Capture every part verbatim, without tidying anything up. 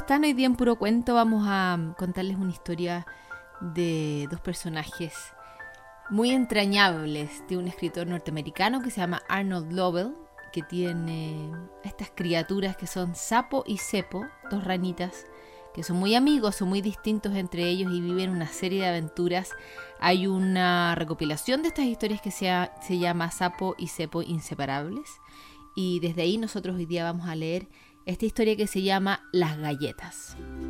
están? Hoy día en Puro Cuento vamos a contarles una historia de dos personajes muy entrañables de un escritor norteamericano que se llama Arnold Lobel, que tiene estas criaturas que son Sapo y Cepo, dos ranitas que son muy amigos, son muy distintos entre ellos y viven una serie de aventuras. Hay una recopilación de estas historias que se, ha, se llama Sapo y Cepo Inseparables, y desde ahí nosotros hoy día vamos a leer esta historia que se llama Las Galletas.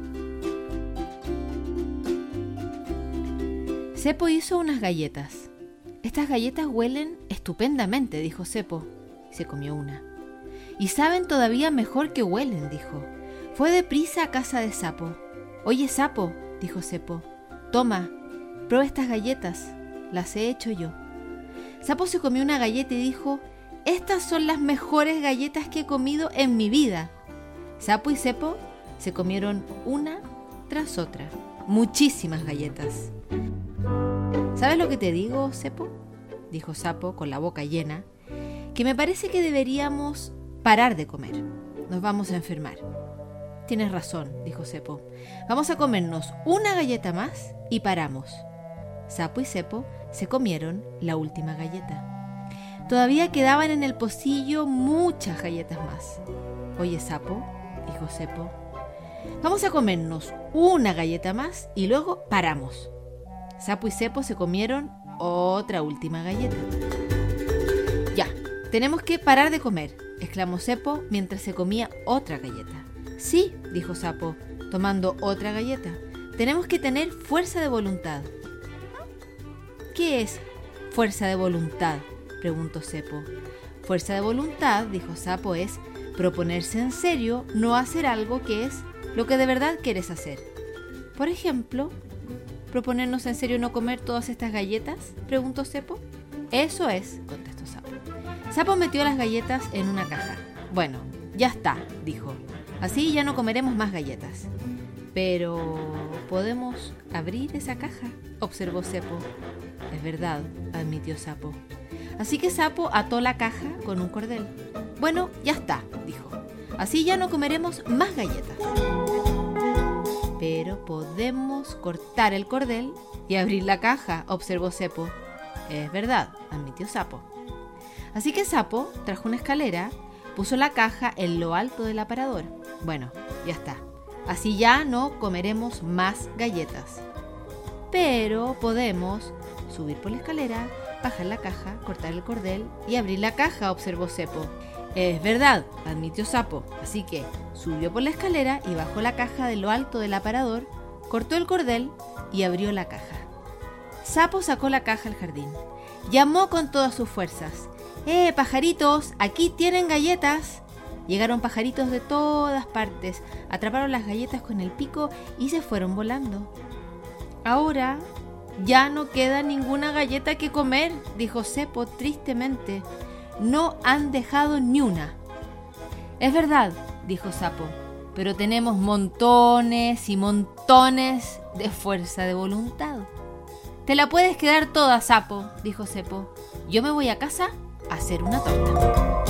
Cepo hizo unas galletas. Estas galletas huelen estupendamente, dijo Cepo. Se comió una. Y saben todavía mejor que huelen, dijo. Fue deprisa a casa de Sapo. Oye, Sapo, dijo Cepo, toma, prueba estas galletas. Las he hecho yo. Sapo se comió una galleta y dijo, estas son las mejores galletas que he comido en mi vida. Sapo y Cepo se comieron una tras otra. Muchísimas galletas. ¿Sabes lo que te digo, Cepo?, dijo Sapo con la boca llena, que me parece que deberíamos parar de comer. Nos vamos a enfermar. Tienes razón, dijo Cepo. Vamos a comernos una galleta más y paramos. Sapo y Cepo se comieron la última galleta. Todavía quedaban en el pocillo muchas galletas más. Oye, Sapo, dijo Cepo, vamos a comernos una galleta más y luego paramos. Sapo y Cepo se comieron otra última galleta. Ya, tenemos que parar de comer, exclamó Cepo mientras se comía otra galleta. Sí, dijo Sapo, tomando otra galleta. Tenemos que tener fuerza de voluntad. ¿Qué es fuerza de voluntad?, preguntó Cepo. Fuerza de voluntad, dijo Sapo, es proponerse en serio no hacer algo que es lo que de verdad quieres hacer. Por ejemplo, ¿proponernos en serio no comer todas estas galletas?, preguntó Cepo. Eso es, contestó Sapo. Sapo metió las galletas en una caja. Bueno, ya está, dijo. Así ya no comeremos más galletas. Pero ¿podemos abrir esa caja?, observó Cepo. Es verdad, admitió Sapo. Así que Sapo ató la caja con un cordel. Bueno, ya está, dijo. Así ya no comeremos más galletas. Pero podemos cortar el cordel y abrir la caja, observó Cepo. Es verdad, admitió Sapo. Así que Sapo trajo una escalera, puso la caja en lo alto del aparador. Bueno, ya está. Así ya no comeremos más galletas. Pero podemos subir por la escalera, bajar la caja, cortar el cordel y abrir la caja, observó Cepo. Es verdad, admitió Sapo. Así que subió por la escalera y bajó la caja de lo alto del aparador, cortó el cordel y abrió la caja. Sapo sacó la caja al jardín. Llamó con todas sus fuerzas. ¡Eh, pajaritos! ¡Aquí tienen galletas! Llegaron pajaritos de todas partes, atraparon las galletas con el pico y se fueron volando. Ahora ya no queda ninguna galleta que comer, dijo Cepo tristemente. No han dejado ni una. Es verdad, dijo Sapo, pero tenemos montones y montones de fuerza de voluntad. Te la puedes quedar toda, Sapo, dijo Cepo. Yo me voy a casa a hacer una torta.